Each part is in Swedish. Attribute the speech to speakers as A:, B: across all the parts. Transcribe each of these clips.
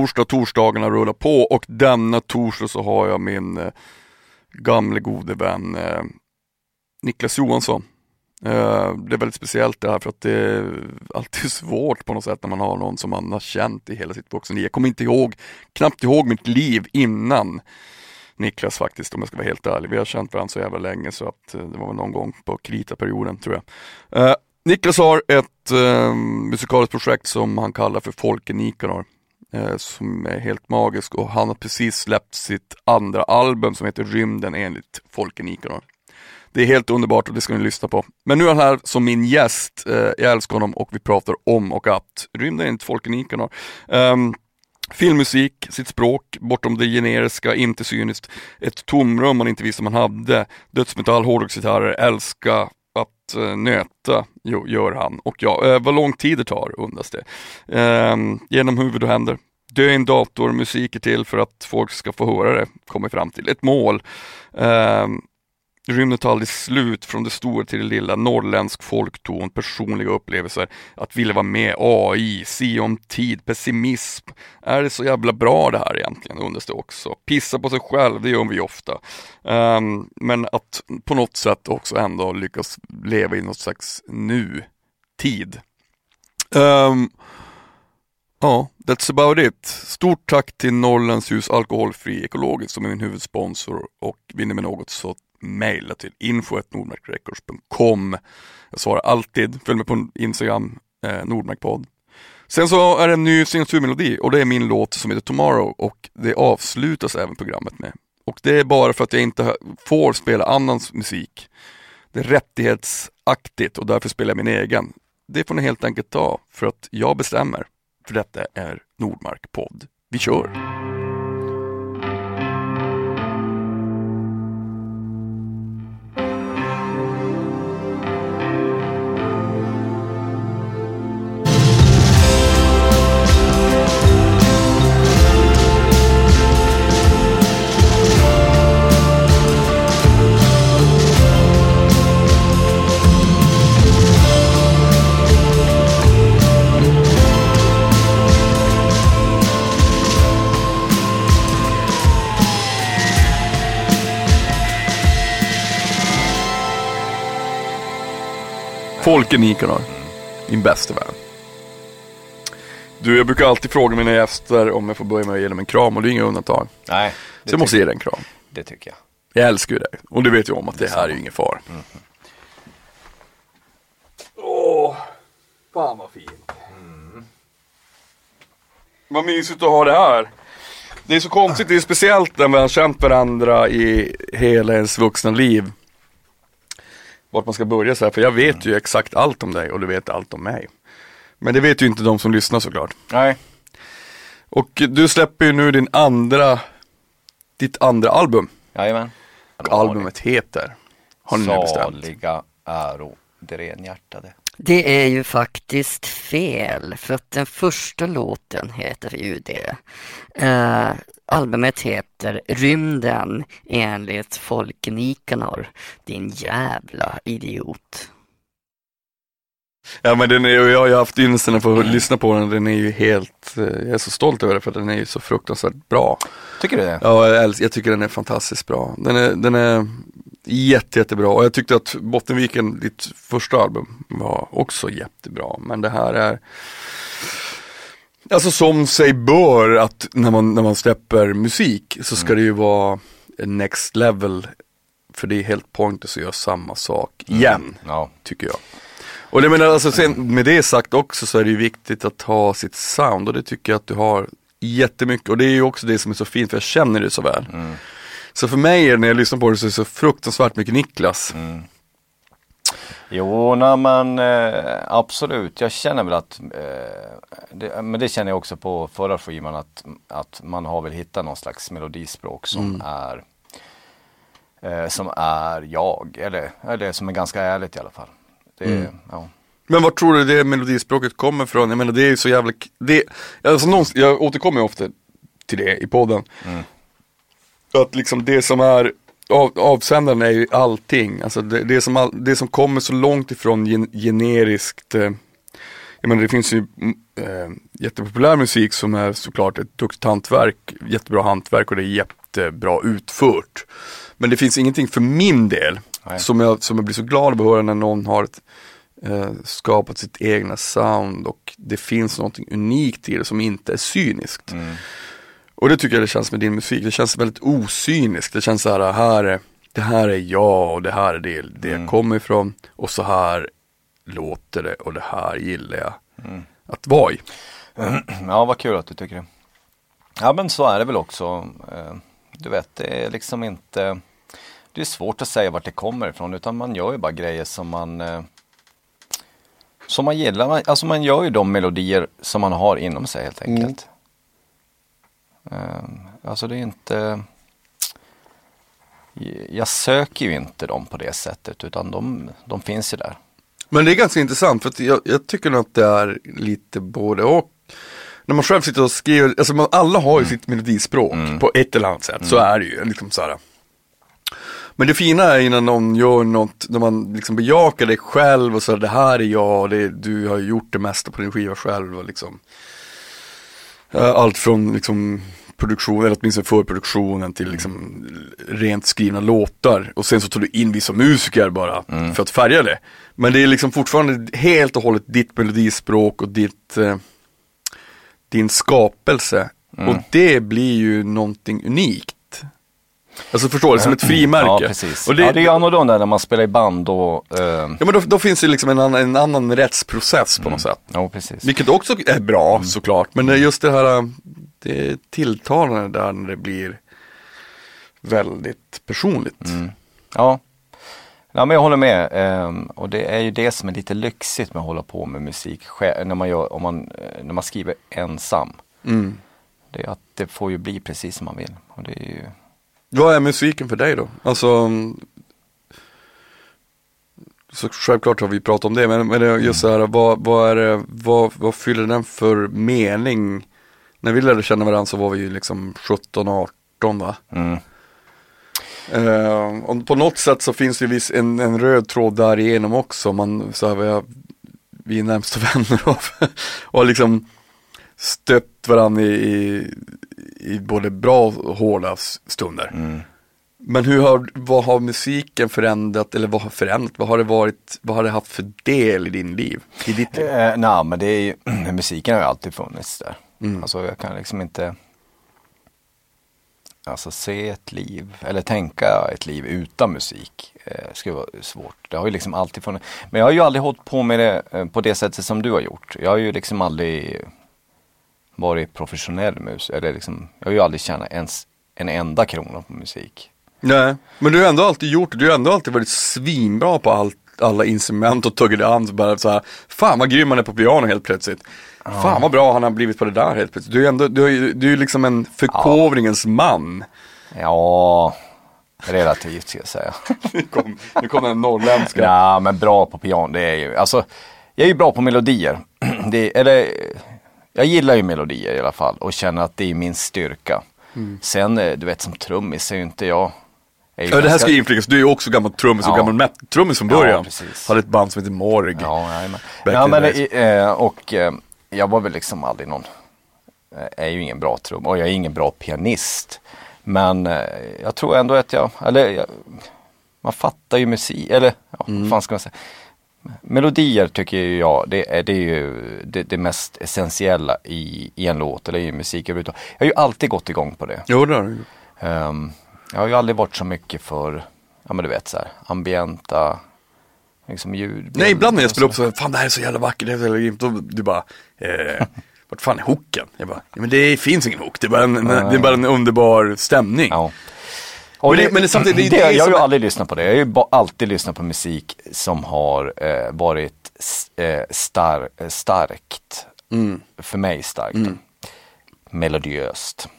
A: torsdagarna rullar på, och denna torsdag så har jag min gamle gode vän Niklas Johansson. Det är väldigt speciellt det här, för att det är alltid svårt på något sätt när man har någon som man har känt i hela sitt vuxenliv. Jag kommer inte knappt ihåg mitt liv innan Niklas faktiskt, om jag ska vara helt ärlig. Vi har känt varandra så jävla länge, så att det var väl någon gång på kritaperioden, tror jag. Niklas har ett musikaliskt projekt som han kallar för Folke Nicanor, som är helt magisk, och han har precis släppt sitt andra album som heter Rymden enligt Folke Nicanor. Det är helt underbart och det ska ni lyssna på. Men nu är han här som min gäst. Jag älskar honom och vi pratar om och att Rymden enligt Folke Nicanor. Filmmusik, sitt språk, bortom det generiska, inte cyniskt. Ett tomrum man inte visste man hade. Dödsmetall, hårdrocksgitarrer, älska att nöta gör han. Och ja, vad lång tid det tar undras det. Genom huvud och händer. Dö i en dator, musik är till för att folk ska få höra det. Kommer fram till ett mål. Rymden tar aldrig slut, från det stora till det lilla, norrländsk folkton, personliga upplevelser, att vilja vara med, AI, se om tid, pessimism. Är det så jävla bra det här egentligen, undras det också. Pissa på sig själv, det gör vi ofta. Men att på något sätt också ändå lyckas leva i något slags nu-tid. Ja, that's about it. Stort tack till Norrlands Ljus Alkoholfri Ekologiskt som är min huvudsponsor, och vinner med något så mejla till info@nordmarkrecords.com. Jag svarar alltid. Följ mig på Instagram, Nordmarkpodd. Sen så är det en ny signaturmelodi, och det är min låt som heter Tomorrow, och det avslutas även programmet med. Och det är bara för att jag inte får spela annans musik. Det är rättighetsaktigt och därför spelar jag min egen. Det får ni helt enkelt ta, för att jag bestämmer. För detta är Nordmarkpodd. Vi kör! Folke Nicanor, min bästa vän. Du, jag brukar alltid fråga mina gäster om jag får börja med att ge dem en kram, och det är inga undantag.
B: Nej.
A: Så jag måste ge dig en kram.
B: Det tycker jag.
A: Jag älskar ju dig, och du vet ju om att det här är ju ingen far. Fan vad fint. Vad mysigt att ha det här. Det är så konstigt, det är speciellt när man har känt varandra i hela ens vuxna liv. Vart man ska börja så här, för jag vet ju exakt allt om dig och du vet allt om mig. Men det vet ju inte de som lyssnar såklart.
B: Nej.
A: Och du släpper ju nu ditt andra album.
B: Jajamän.
A: Albumet heter, har ni nu bestämt?
B: Saliga äro, det renhjärtade.
C: Det är ju faktiskt fel, för att den första låten heter ju det. Albumet heter Rymden enligt Folke Nicanor. Din jävla idiot.
A: Ja, men jag har ju haft ynnesten att få lyssna på den. Den är ju helt, jag är så stolt över det, för den är ju så fruktansvärt bra.
B: Tycker du det?
A: Ja, jag tycker den är fantastiskt bra. Den är jättebra. Och jag tyckte att Bottenviken, ditt första album, var också jättebra. Men det här är, alltså som sig bör, att när man släpper musik så ska det ju vara next level. För det är helt pointless att göra samma sak igen, tycker jag. Och det menar, alltså, sen, med det sagt också, så är det ju viktigt att ha sitt sound, och det tycker jag att du har jättemycket. Och det är ju också det som är så fint, för jag känner det så väl. Så för mig, när jag lyssnar på det, så är det så fruktansvärt mycket Niklas.
B: Jo, men absolut. Jag känner väl att, men det känner jag också på förra skivan, att man har väl hittat någon slags melodispråk som är jag, eller som är ganska ärligt i alla fall. Ja. Men
A: var tror du det melodispråket kommer från? Jag menar, det är ju så jävla... jag återkommer ju ofta till det i podden. Att liksom det som är... Avsändaren är ju allting. Alltså det som kommer så långt ifrån jag menar, det finns ju jättepopulär musik som är såklart ett duktigt hantverk, jättebra hantverk och det är jättebra utfört. Men det finns ingenting för min del som jag blir så glad över att höra när någon har skapat sitt egna sound och det finns någonting unikt i det som inte är cyniskt. Och det tycker jag det känns med din musik. Det känns väldigt ocyniskt. Det känns så här, det här är jag och det här är det jag kommer ifrån och så här låter det och det här gillar jag att vara i.
B: Ja, vad kul att du tycker det. Ja, men så är det väl också. Du vet, det är liksom inte... Det är svårt att säga vart det kommer ifrån, utan man gör ju bara grejer som man gillar. Alltså man gör ju de melodier som man har inom sig helt enkelt. Alltså det är inte... Jag söker ju inte dem på det sättet, utan de finns ju där. Men
A: det är ganska intressant, för att jag tycker nog att det är lite både och. När man själv sitter och skriver, alltså alla har ju sitt melodispråk på ett eller annat sätt, så är det ju liksom så här. Men det fina är när någon gör något, när man liksom bejakar dig själv och så det här är jag, du har gjort det mesta på din skiva själv och liksom allt från liksom produktion, eller åtminstone förproduktionen till liksom rent skrivna låtar och sen så tar du in vissa musiker bara för att färga det. Men det är liksom fortfarande helt och hållet ditt melodispråk och din skapelse och det blir ju någonting unikt. Alltså förstår du, som ett frimärke.
B: Ja, precis. Och det är ju annorlunda när man spelar i band och...
A: Ja, men då finns det liksom en annan rättsprocess på något sätt.
B: Ja, precis.
A: Vilket också är bra såklart. Men just det här, det är tilltalande där när det blir väldigt personligt.
B: Ja, men jag håller med. Och det är ju det som är lite lyxigt med att hålla på med musik när man skriver ensam. Det är att det får ju bli precis som man vill. Och det är ju...
A: Vad är musiken för dig då? Alltså, så självklart har vi pratat om det, men just så här, vad fyller den för mening? När vi lärde känna varandra så var vi ju liksom 17-18 va? Och på något sätt så finns det ju en röd tråd där igenom också. Vi är närmsta vänner och har liksom stött varandra i både bra och hårda stunder. Men vad har musiken förändrat, eller vad har förändrat? Vad har det haft för del i din liv? I ditt liv?
B: Nej, men det är ju, musiken har ju alltid funnits där. Alltså jag kan liksom inte se ett liv, eller tänka ett liv utan musik. Skulle vara svårt. Det har ju liksom alltid funnits. Men jag har ju aldrig hållit på med det på det sättet som du har gjort. Jag har ju liksom aldrig varit professionell musiker, eller liksom, jag har ju aldrig tjänat ens en enda krona på musik. Nej,
A: men du har ändå alltid gjort det. Du har ändå alltid varit svinbra på alla instrument och tagit det an så bara så här, fan vad grym han är på piano helt plötsligt. Fan vad bra han har blivit på det där helt plötsligt. Du är liksom en förkovringens man.
B: Ja, relativt ska jag säga.
A: Nu kommer en norrländska.
B: Ja, men bra på piano, det är ju, alltså, jag är ju bra på melodier. Jag gillar ju melodier i alla fall och känner att det är min styrka. Sen, du vet, som trummis är ju inte jag...
A: det här ska inflikas, du är ju också gammal trummis och gammal trummis från början. Hade ett band som heter Morg. Jag var väl liksom aldrig någon... Jag är ju ingen bra trum och jag är ingen bra pianist. Men jag tror ändå att man fattar ju musik, eller vad fan ska man säga? Melodier tycker jag, det är ju det mest essentiella i en låt eller i musik överhuvudtaget. Jag har ju alltid gått igång på det. Jo, det har du.
B: Jag har ju aldrig varit så mycket för, ja men du vet så här, ambienta liksom ljud.
A: Nej, ibland när jag spelar upp så, fan det här är så jävla vackert, det är så jävla grymt. Du bara, vart fan är hooken? Jag bara, men det finns ingen hook, det är bara en underbar stämning. Ja.
B: Och jag har ju aldrig lyssnat på det. Jag har ju alltid lyssnat på musik som har varit starkt. För mig starkt. Melodiöst.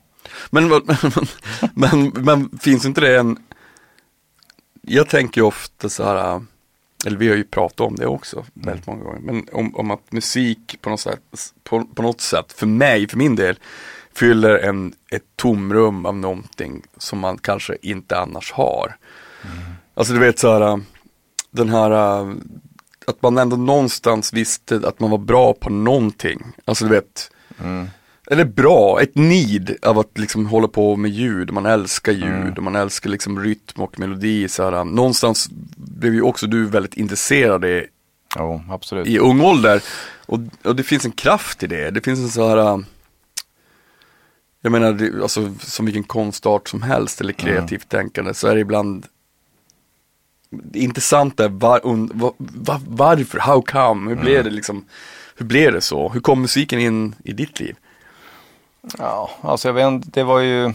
A: Men finns inte det jag tänker ju ofta så här, eller vi har ju pratat om det också väldigt många gånger, men om att musik på något sätt för min del fyller ett tomrum av någonting som man kanske inte annars har. Alltså du vet så här, den här att man ändå någonstans visste att man var bra på någonting. Alltså du vet, eller bra, ett need av att liksom hålla på med ljud. Man älskar ljud och man älskar liksom rytm och melodi. Så här. Någonstans blev ju också du väldigt intresserad
B: absolut.
A: I ung ålder. Och det finns en kraft i det. Det finns en så här, jag menar, alltså, som vilken konstart som helst eller kreativt tänkande, så är det ibland intressant där, varför, how come, hur blev det liksom, hur blev det så? Hur kom musiken in i ditt liv?
B: Ja, alltså jag vet inte, det var ju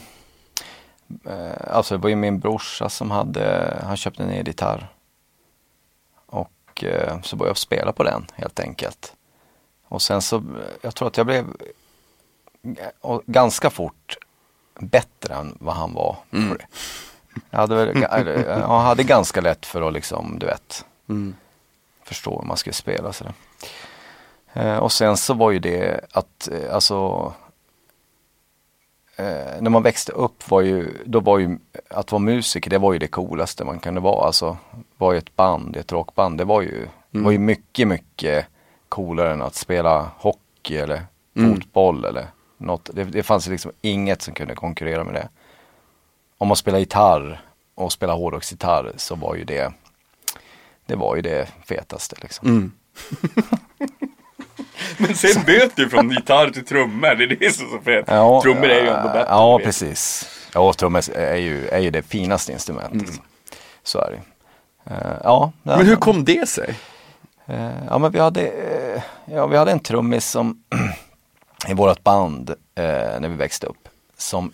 B: min brorsa som han köpte en gitarr och så började jag spela på den helt enkelt. Och sen så, jag tror att jag blev ganska fort bättre än vad han var. Jag hade ganska lätt för att liksom, du vet, förstå hur man skulle spela sådär. Och sen så var ju det att, alltså, när man växte upp då var ju att vara musiker, det var ju det coolaste man kunde vara. Alltså, var ju ett rockband, det var ju mycket, mycket coolare än att spela hockey eller fotboll eller något. Det fanns liksom inget som kunde konkurrera med det. Om man spelar gitarr och spelar hårdrocksgitarr så var ju det var ju det fetaste liksom.
A: Men sen byter du från gitarr till trummor, det är det som är så fett. Ja, trummor är ju ändå bättre.
B: Ja, precis. Ja, trummor är ju det finaste instrumentet. Så är det.
A: Men hur kom det sig?
B: Men vi hade en trummis som i vårt band när vi växte upp som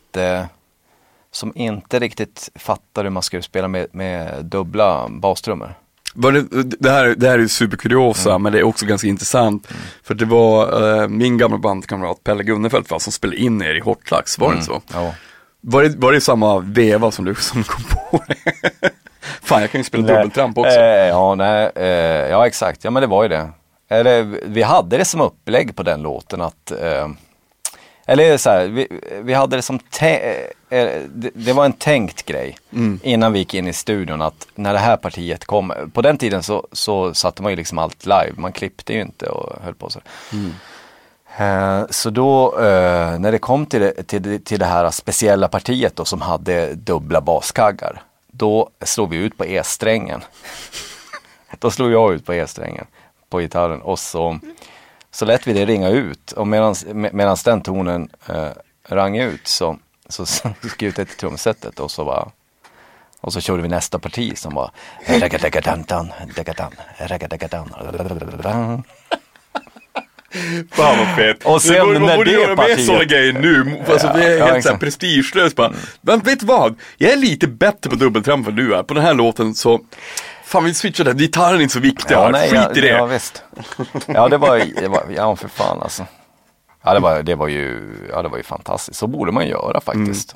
B: inte riktigt fattade hur man skulle spela med dubbla bastrummor.
A: Det här är ju superkuriosa, men det är också ganska intressant. För det var min gamla bandkamrat Pelle Gunnefelt som spelade in er i Hortlax, var det så?
B: Ja.
A: Var det samma veva som du kom på det? Fan, jag kan ju spela dubbeltramp också.
B: Ja, exakt. Ja, men det var ju det. Eller vi hade det som upplägg på den låten att eller så här, vi hade det som det var en tänkt grej innan vi gick in i studion att när det här partiet kom, på den tiden så satte man ju liksom allt live, man klippte ju inte och höll på så. Så då när det kom till det här speciella partiet då, som hade dubbla baskaggar, då slog vi ut på E-strängen. Då slog jag ut på E-strängen på gitarren och så lät vi det ringa ut, och medan den tonen rang ut så skrev jag till trumsetet och så körde vi nästa parti som var
A: Fan vad fett.
B: Och sen när det partiet
A: sådana grejer nu, alltså vi är helt såhär prestigelöst bara. Men vet du vad? Jag är lite bättre på dubbeltramp än du är. På den här låten så fan, vi switchar där. Gitarren är inte så viktig. Skit i det.
B: Ja, visst. Ja, det var ja, för fan alltså. Ja, det var ju fantastiskt. Så borde man göra faktiskt.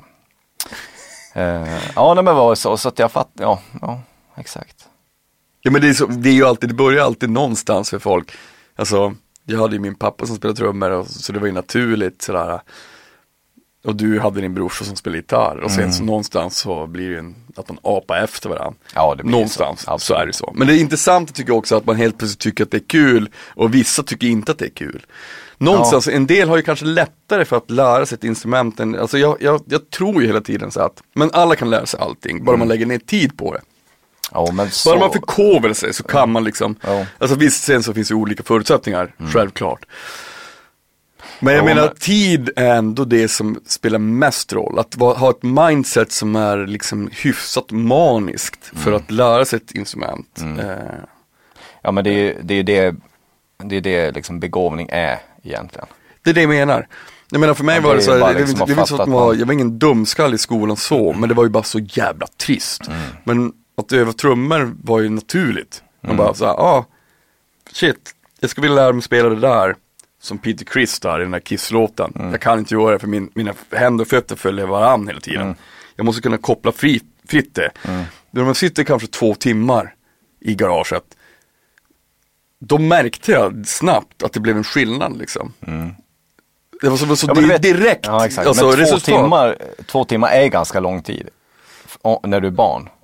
B: Ja, men var så att jag fattar. Ja, exakt.
A: Ja, men det är ju alltid, det börjar alltid någonstans för folk. Alltså, jag hade ju min pappa som spelade trummor, så det var ju naturligt sådär. Och du hade din brorsa som spelade gitarr. Och sen så någonstans så blir det ju att man apar efter varandra.
B: Ja, det blir
A: någonstans så är det så. Men det är intressant tycker jag också att man helt plötsligt tycker att det är kul. Och vissa tycker inte att det är kul. Någonstans, en del har ju kanske lättare för att lära sig ett instrument. Alltså jag tror ju hela tiden så att, men alla kan lära sig allting. Bara man lägger ner tid på det.
B: Ja, men
A: bara man förkovrar sig så kan man liksom. Alltså visst, sen så finns det olika förutsättningar. Självklart. Men jag menar, tid är ändå det som spelar mest roll. Att ha ett mindset som är liksom hyfsat maniskt för att lära sig ett instrument.
B: Ja, men det är det liksom begåvning är egentligen.
A: Det är det jag menar. Jag menar, för mig var det så här, det var så att jag var ingen dumskall i skolan så, men det var ju bara så jävla trist. Men att öva trummor var ju naturligt. Man bara så här, shit, jag skulle vilja lära mig spela det där. Som Peter Criss där i den här Kiss-låten. Jag kan inte göra det för mina händer och fötter följer varann hela tiden. Jag måste kunna koppla fritt det. När man sitter kanske 2 timmar i garaget, då märkte jag snabbt att det blev en skillnad liksom. Det var så direkt.
B: Ja, exakt.
A: Alltså,
B: men 2 timmar är ganska lång tid när du är barn.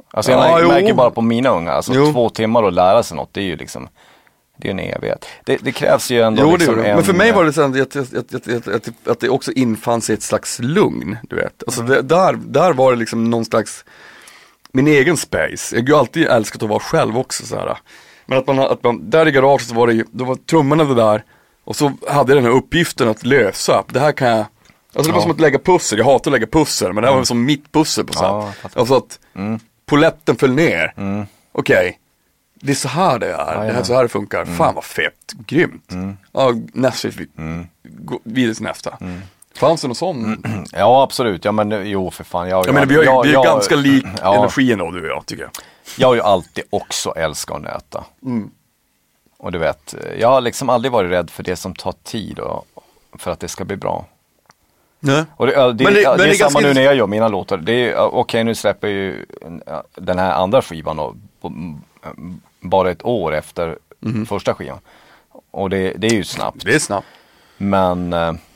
B: Alltså jag
A: jo.
B: märker bara på mina unga, alltså
A: Jo.
B: 2 timmar att lära sig något, det är ju liksom, det är en evighet. Det krävs ju ändå
A: Jo,
B: liksom
A: det. Men för mig var det så att det också infann sig ett slags lugn, du vet. Alltså där var det liksom någon slags, min egen space. Jag har ju alltid älskat att vara själv också så här. Men att man där i garaget så var det ju, då var trummorna där och så hade jag den här uppgiften att lösa. Det här kan jag, alltså det var som att lägga pussel, jag hatar att lägga pussel, men det här var som mitt pussel på
B: Ja,
A: sätt. Alltså att poletten föll ner. Okej. Det är så här det är, det här så här det funkar. Fan vad fett, grymt. Ja, nästa vidare till nästa. Fanns det någon sån?
B: Ja, absolut. Ja, men jo, för fan.
A: Jag menar, vi är ganska lik energin då, du och jag, tycker jag.
B: Jag har ju alltid också älskat att nöta. Och du vet, jag har liksom aldrig varit rädd för det som tar tid och för att det ska bli bra.
A: Nej.
B: Och det är samma
A: ganska...
B: nu när jag gör mina låtar. Det är okej, nu släpper jag ju den här andra skivan då, bara ett år efter första skivan. Och det är ju snabbt.
A: Det är snabbt.
B: Men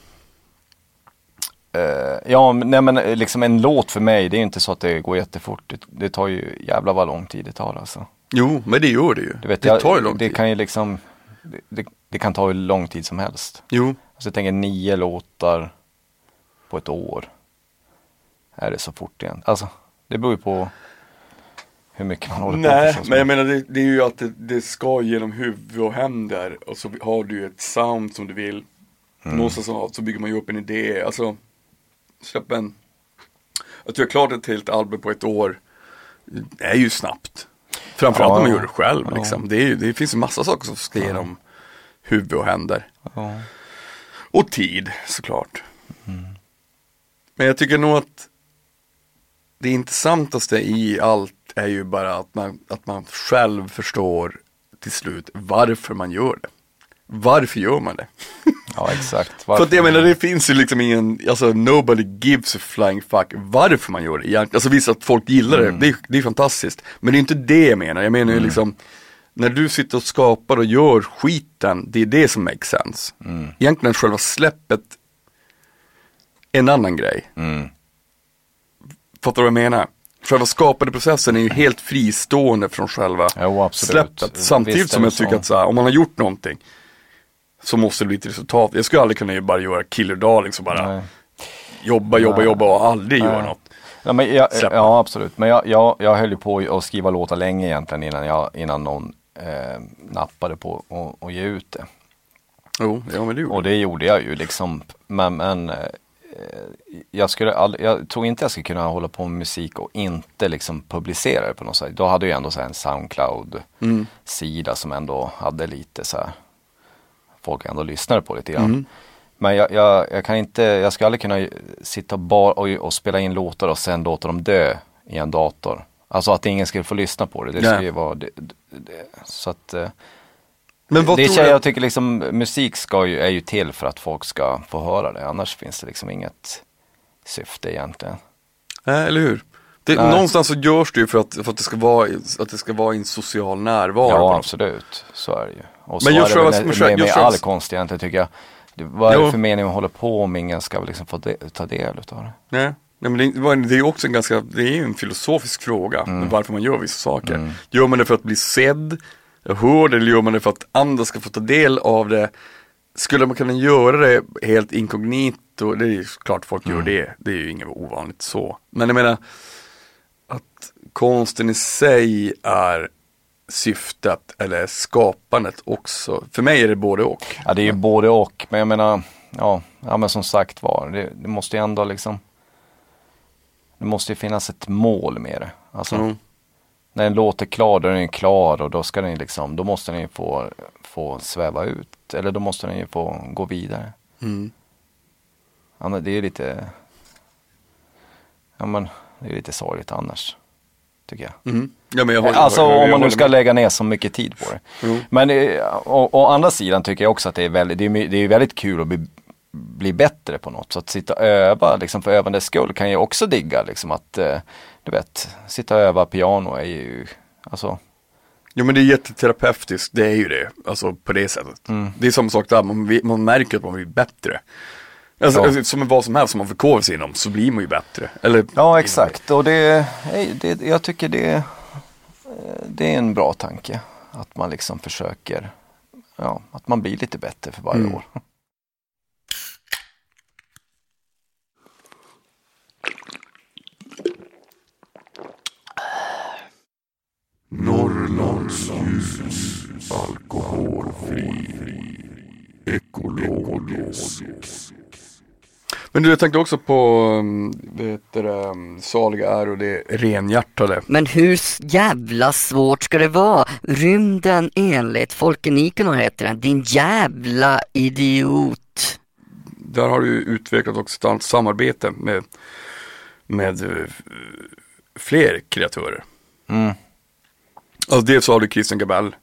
B: ja, nej, men liksom en låt för mig, det är inte så att det går jättefort. Det tar ju jävla vad lång tid det tar alltså.
A: Jo, men det gör det ju.
B: Du vet,
A: det tar ju lång tid.
B: Det kan ju liksom, det kan ta hur lång tid som helst.
A: Jo.
B: Alltså jag tänker 9 låtar på ett år. Är det så fort igen? Alltså, det beror ju på hur mycket man håller på.
A: Nej, men jag menar det är ju att det ska genom huvud och händer. Och så har du ju ett sound som du vill. Någonstans så bygger man ju upp en idé. Alltså, att göra klart ett helt album på ett år är ju snabbt. Framförallt när man gör det själv liksom. Det finns ju massa saker som ska genom huvud och händer. Och tid, såklart. Men jag tycker nog att det intressantaste i allt är ju bara att man själv förstår till slut varför man gör det. Varför gör man det?
B: Ja, exakt.
A: För att jag menar, det finns ju liksom ingen, alltså nobody gives a flying fuck varför man gör det egentligen. Alltså visst att folk gillar det, det är fantastiskt. Men det är inte det jag menar. Jag menar ju liksom, när du sitter och skapar och gör skiten, det är det som makes sense. Egentligen själva släppet en annan grej. Fattar du vad jag menar? Själva skapade processen är ju helt fristående från själva släppet. Samtidigt som jag tycker att så här, om man har gjort någonting så måste det bli ett resultat. Jag skulle aldrig kunna bara göra Killer Darlings och bara jobba och aldrig göra något.
B: Ja, men ja, absolut. Men jag höll ju på att skriva låtar länge egentligen innan någon nappade på och ge ut det.
A: Jo, ja, men det gjorde.
B: Och det gjorde jag ju liksom. Men jag tror inte jag skulle kunna hålla på med musik och inte liksom publicera det på något sätt. Då hade jag ändå så här en SoundCloud-sida som ändå hade lite så här, folk ändå lyssnade på lite grann. Men jag kan inte, jag skulle aldrig kunna sitta bara och spela in låtar och sen låta dem dö i en dator. Alltså att ingen skulle få lyssna på det. Det skulle ju vara så att men vad tror jag tycker liksom musik är ju till för att folk ska få höra det. Annars finns det liksom inget syfte egentligen.
A: Eller hur? Någonstans så görs det ju för att det ska vara en social närvaro.
B: Ja, absolut. Så är det ju. Och så
A: men
B: är det med all konst egentligen tycker jag. Vad är det för mening att hålla på om ingen ska liksom få ta del av det? Nej,
A: men det är också det är en filosofisk fråga. Varför man gör vissa saker. Gör man det för att bli sedd, hörd, eller gör man det för att andra ska få ta del av det? Skulle man kunna göra det helt inkognito? Det är ju klart folk gör det. Det är ju inget ovanligt så. Men jag menar att konsten i sig är syftet eller skapandet också. För mig är det både och.
B: Ja, det är ju både och. Men jag menar, ja men som sagt var, det måste ju ändå liksom, det måste ju finnas ett mål med det. Alltså, när en låt är klar, då är den klar och då ska den liksom, då måste den ju få sväva ut. Eller då måste den ju få gå vidare. Ja, men det är lite, det är lite sorgligt annars, tycker jag.
A: Ja, men
B: om man nu ska lägga ner så mycket tid på det. Men å andra sidan tycker jag också att det är väldigt kul att bli bättre på något. Så att sitta och öva liksom för övandets skull kan jag också digga liksom att du vet, sitta och öva piano är ju alltså.
A: Jo, men det är jätteterapeutiskt, det är ju det, alltså på det sättet. Det är samma sak där, man märker att man blir bättre. Alltså, som vad som helst som man förkovrar sig inom så blir man ju bättre. Eller,
B: ja, exakt. Och jag tycker det är en bra tanke. Att man liksom försöker, att man blir lite bättre för varje år.
D: Norrlands ljus, alkoholfri, ekologisk.
A: Men du, jag tänkte också på saliga är och det renhjärtade.
C: Men hur jävla svårt ska det vara? Rymden enligt Folke Nicanor heter den. Din jävla idiot.
A: Där har du utvecklat också ett samarbete med fler kreatörer. Alltså dels har du Christian Gabell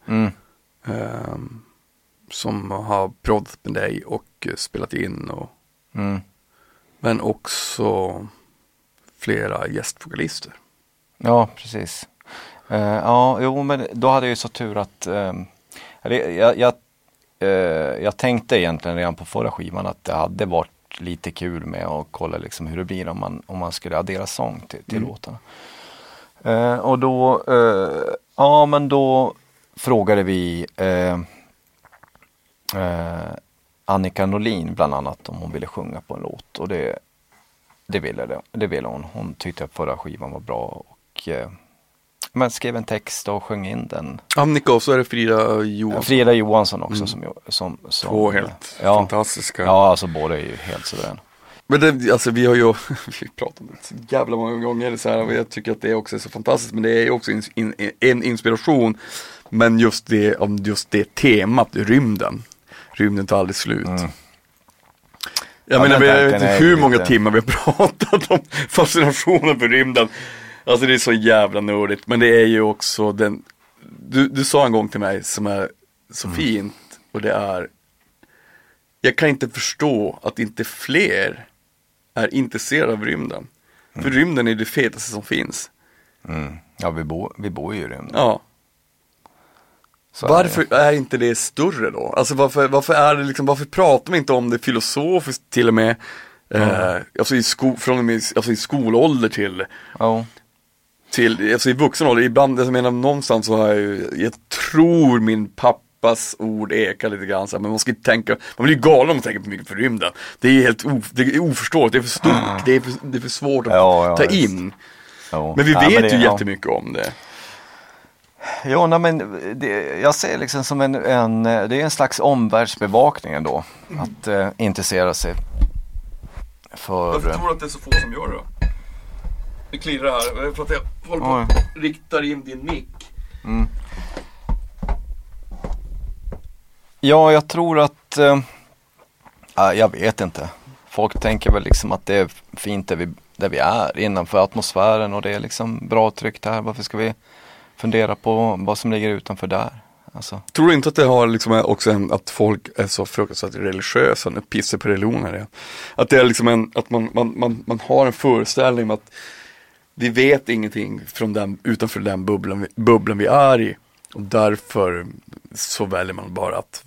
A: som har proddat med dig och spelat in men också flera gästvokalister.
B: Ja, precis. Men då hade jag ju så tur att jag tänkte egentligen redan på förra skivan att det hade varit lite kul med att kolla liksom hur det blir om man skulle addera sång till låtarna. Och då men då frågade vi Annika Norlin bland annat om hon ville sjunga på en låt, och det ville hon. Hon tyckte att förra skivan var bra och man skrev en text och sjöng in den.
A: Annika, och så är det Frida Johansson.
B: Frida Johansson också som
A: två helt fantastiska.
B: Ja, alltså båda är ju helt suverän.
A: Men det, alltså vi har ju vi pratat om det så jävla många gånger så här, och jag tycker att det också är så fantastiskt, men det är ju också en inspiration, men just det temat, rymden tar aldrig slut. Jag menar, jag vet inte hur många timmar vi har pratat om fascinationen för rymden. Alltså det är så jävla nördigt, men det är ju också den du sa en gång till mig som är så fint, och det är: jag kan inte förstå att inte fler är intresserade av rymden. För rymden är det fetaste som finns.
B: Ja, vi bor ju i rymden.
A: Ja. Så varför är inte det större då? Alltså varför är det liksom, varför pratar man inte om det filosofiskt till och med alltså i skolålder till alltså i vuxen ålder. Ibland, jag menar, någonstans så har jag tror min pappas ord ekar lite grann så här, men man ska inte tänka, man blir ju galen om man tänker på mycket för rymden. Det är helt det är oförståeligt, det är för stort, det är för svårt att ta in. Men vi vet ju jättemycket om det.
B: Ja, men jag ser liksom som det är en slags omvärldsbevakning ändå, att intressera sig för...
A: Varför tror du att det är så få som gör det då? Det klirrar här, för att jag håller på att riktar in din mick.
B: Ja, jag tror att jag vet inte. Folk tänker väl liksom att det är fint där vi är innanför atmosfären, och det är liksom bra tryck där. Varför ska vi fundera på vad som ligger utanför där? Alltså.
A: Tror du inte att det har liksom också att folk är så fruktansvärt religiösa, nu pissar på religioner? Att det är liksom att man har en föreställning om att vi vet ingenting utanför den bubblan vi är i, och därför så väljer man bara att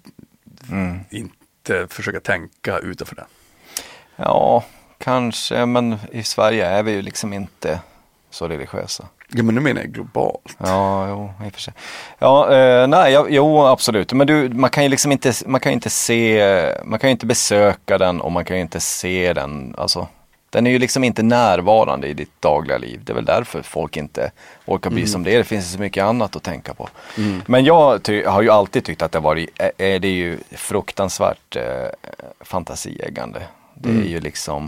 A: inte försöka tänka utanför den. Ja,
B: kanske, men i Sverige är vi ju liksom inte så religiösa.
A: Ja, men nu menar jag globalt.
B: Ja, jo, i och för sig. Ja, jo, absolut. Men man kan ju liksom inte, man kan ju inte besöka den, och man kan ju inte se den, alltså. Den är ju liksom inte närvarande i ditt dagliga liv. Det är väl därför folk inte orkar bli som det är. Det finns så mycket annat att tänka på. Men jag har ju alltid tyckt att det är ju fruktansvärt fantasieggande. Det är ju liksom...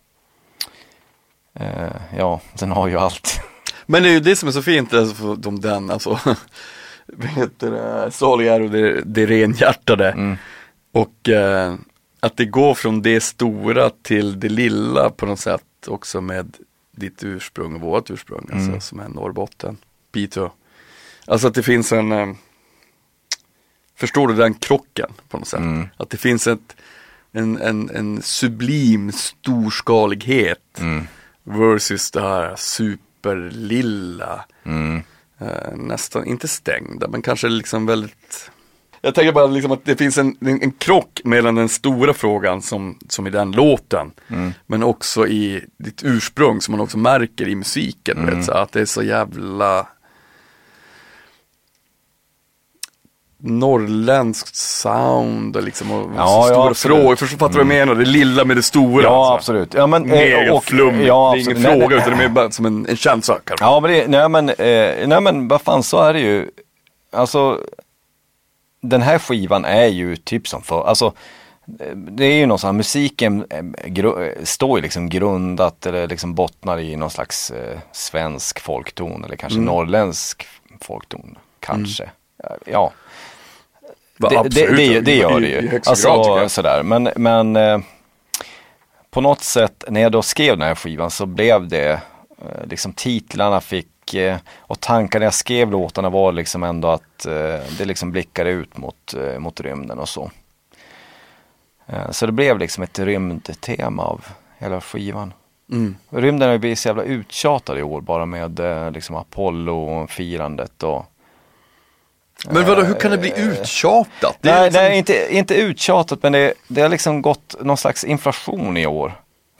B: den har ju allt.
A: Men det är ju det som är så fint, alltså, saliga är och det renhjärtade. Och att det går från det stora till det lilla på något sätt också, med ditt ursprung och vårt ursprung, alltså, som är Norrbotten, Piteå. Alltså att det finns förstår du den krocken på något sätt? Att det finns en sublim storskalighet versus det här superlilla, nästan inte stängda, men kanske liksom väldigt... Jag tänker bara liksom att det finns en krock mellan den stora frågan som i den låten, men också i ditt ursprung som man också märker i musiken, vet, så att det är så jävla norrländskt sound och liksom och stora frågor. Förstår vad jag menar? Det lilla med det stora.
B: Ja,
A: alltså.
B: absolut. Ja, men
A: och flum.
B: Ja,
A: det är ingen fråga utan det är bara som en känsla.
B: Ja, men nej men vad fan, så är det ju. Alltså den här skivan är ju typ som för, alltså det är ju någon sån här, musiken står ju liksom grundat eller liksom bottnar i någon slags svensk folkton eller kanske norrländsk folkton kanske. Ja. Det gör det ju. Alltså sådär. Men på något sätt när jag då skrev den här skivan så blev det liksom titlarna fick och tankarna när jag skrev låtarna var liksom ändå att det liksom blickade ut mot rymden och så. Så det blev liksom ett rymdtema av hela skivan. Rymden har ju blivit så jävla uttjatad i år bara med liksom Apollo-firandet och
A: men vadå, hur kan det bli uttjatat?
B: Nej, inte uttjatat, men det har liksom gått någon slags inflation i år.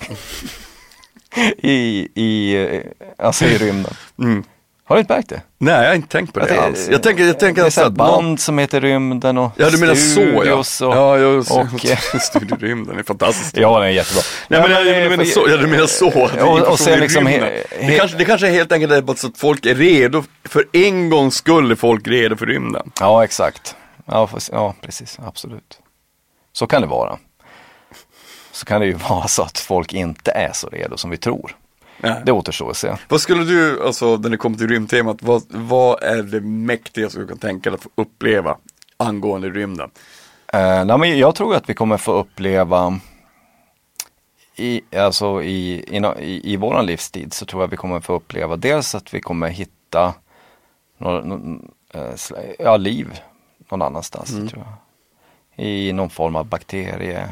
B: Alltså i rymden. Har du inte märkt det?
A: Nej, jag har inte tänkt på det alls. Jag tänker
B: det är så band som heter Rymden och
A: ja, du menar så, ja.
B: Och
A: Studio Rymden är fantastiskt.
B: Ja, den är jättebra.
A: Nej, men du menar så.
B: Och sen liksom
A: det kanske är helt enkelt bara så att folk är redo, för en gångs skull är folk redo för rymden.
B: Ja, exakt. Ja, precis, absolut. Så kan det vara. Så kan det ju vara så att folk inte är så redo som vi tror. Ja. Det återstår att se.
A: Vad skulle du, alltså när det kommer till rymdtemat, vad är det mäktigaste du kan tänka dig att få uppleva angående rymden?
B: Nej, men jag tror att vi kommer få uppleva i våran livstid, så tror jag vi kommer få uppleva dels att vi kommer hitta liv någon annanstans, tror jag. I någon form av bakterie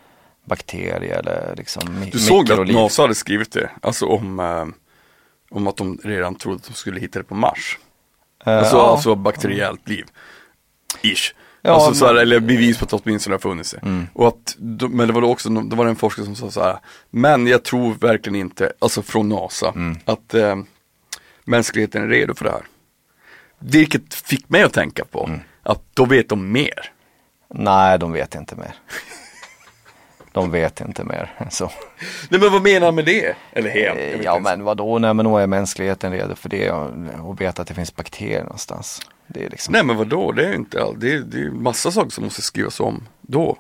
B: eller liksom
A: du såg att NASA hade skrivit det, alltså om att de redan trodde att de skulle hitta det på Mars. Alltså bakteriellt liv. Ish.
B: Ja,
A: alltså så här, eller bevis på att åtminstone har funnits det. Och att, men det var då också, det var en forskare som sa så här, men jag tror verkligen inte, alltså från NASA, att mänskligheten är redo för det här. Vilket fick mig att tänka på att då vet de mer.
B: Nej, de vet inte mer. De vet inte mer. Så.
A: Nej, men vad menar han med det? Eller helt?
B: Ja, men vadå? Nej, men då är mänskligheten redo för det och vet att det finns bakterier någonstans. Det är liksom...
A: Nej, men vadå? Det är inte allt. Det är massa saker som måste skrivas om då.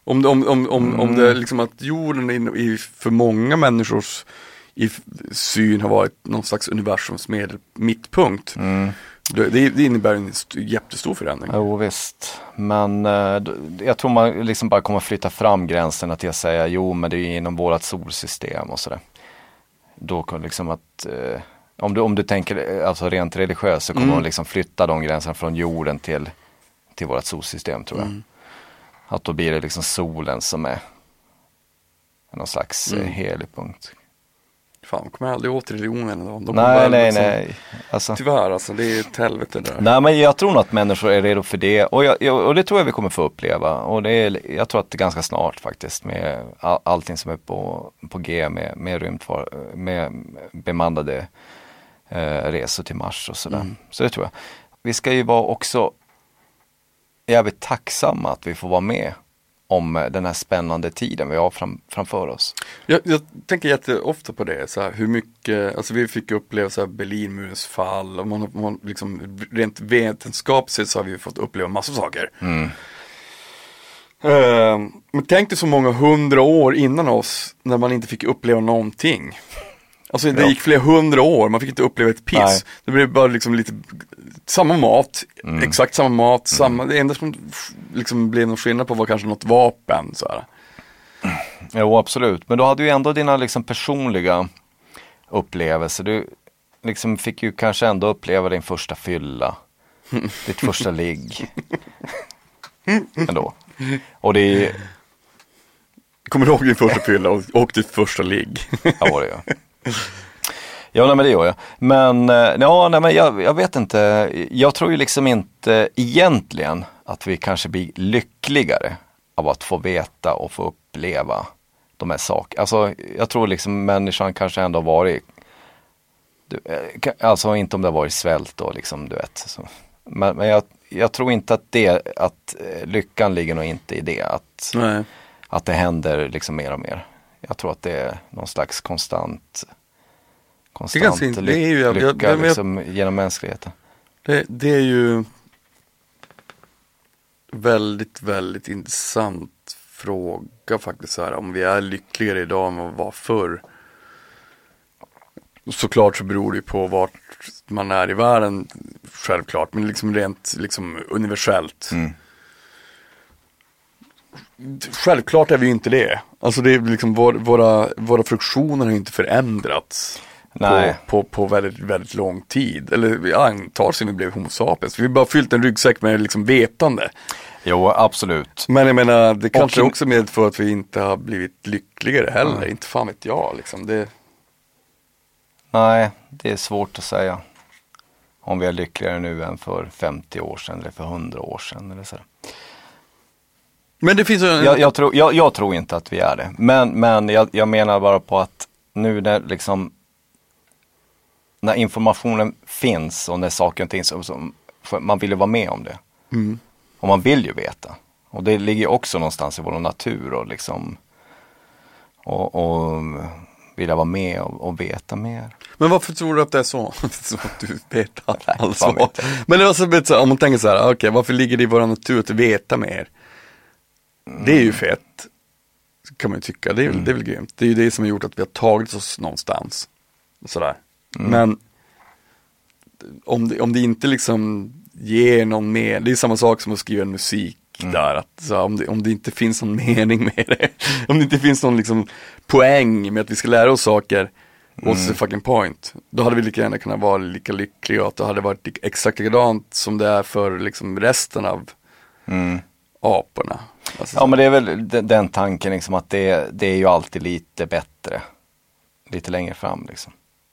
A: Om det är liksom att jorden i för många människors syn har varit någon slags universums mittpunkt. Det innebär en jättestor förändring.
B: Jo, visst. Men jag tror man liksom bara kommer flytta fram gränserna till att säga jo, men det är inom vårat solsystem och sådär. Då kommer liksom att om du tänker alltså rent religiöst, så kommer man liksom flytta de gränserna från jorden till vårat solsystem, tror jag. Att då blir det liksom solen som är någon slags helig punkt.
A: Fan, kommer jag aldrig åt religionen då?
B: Nej. Alltså,
A: tyvärr, alltså, det är ett helvete där.
B: Nej, men jag tror nog att människor är redo för det. Och det tror jag vi kommer få uppleva. Och jag tror att det är ganska snart faktiskt, med allting som är på G med rymdfart, med bemannade resor till Mars och sådär. Så det tror jag. Vi ska ju vara också jävligt tacksamma att vi får vara med om den här spännande tiden vi har framför oss. Jag
A: tänker jätteofta på det, så här, hur mycket, alltså vi fick uppleva så här Berlinmurens fall, och man liksom rent vetenskapligt så har vi fått uppleva massa saker. Men tänk dig så många 100 år innan oss när man inte fick uppleva någonting. Alltså det gick flera 100 år, man fick inte uppleva ett piss. Nej. Det blev bara liksom lite samma mat, exakt samma mat, det enda som liksom blev någon skillnad på var kanske något vapen så här.
B: Jo, absolut. Men då hade ju ändå dina liksom personliga upplevelser. Du liksom fick ju kanske ändå uppleva din första fylla, ditt första ligg. Ändå. Och det är...
A: Kommer du ihåg din första fylla och ditt första ligg?
B: Ja, det gör jag. Ja, nej, men det gör jag. Men, men jag vet inte. Jag tror ju liksom inte egentligen att vi kanske blir lyckligare av att få veta och få uppleva de här sakerna. Alltså jag tror liksom människan kanske ändå har varit, alltså inte om det har varit svält och liksom du vet. Så. Men jag tror inte att lyckan ligger nog inte i det. Att det händer liksom mer och mer. Jag tror att det är någon slags konstant lycka liksom, genom mänskligheten.
A: Det är ju väldigt, väldigt intressant fråga faktiskt så här, om vi är lyckligare idag än vad vi var förr. Såklart så beror det på vart man är i världen, självklart, men liksom rent liksom universellt. Självklart är vi ju inte det. Alltså det är liksom våra funktioner har ju inte förändrats på väldigt, väldigt lång tid. Eller vi antar sig vi blev homo sapiens. Vi har bara fyllt en ryggsäck med liksom vetande.
B: Jo, absolut.
A: Men jag menar, det kanske också medför att vi inte har blivit lyckligare heller. Inte fan vet jag liksom.
B: Nej, det är svårt att säga. Om vi är lyckligare nu än för 50 år sedan eller för 100 år sedan eller så.
A: Men det finns
B: jag tror inte att vi är det. Men jag menar bara på att nu när informationen finns och när saker och ting så man vill ju vara med om det. Och man vill ju veta. Och det ligger också någonstans i vår natur och liksom och vilja vara med och veta mer.
A: Men varför tror du att det är så? Så att du vet alltså. Men det var så om man tänker så här, okej, varför ligger det i vår natur att veta mer? Det är ju fett, kan man ju tycka. Det är väl grymt. Det är ju det som har gjort att vi har tagit oss någonstans. Sådär. Men om det inte liksom ger någon mer, det är samma sak som att skriva en musik där. Att, så, om det inte finns någon mening med det, om det inte finns någon liksom poäng med att vi ska lära oss saker, what's the fucking point? Då hade vi lika gärna kunnat vara lika lyckliga och att det hade varit exakt likadant som det är för liksom resten av aporna. Alltså,
B: ja, men det är väl den tanken liksom att det är ju alltid lite bättre lite längre fram liksom.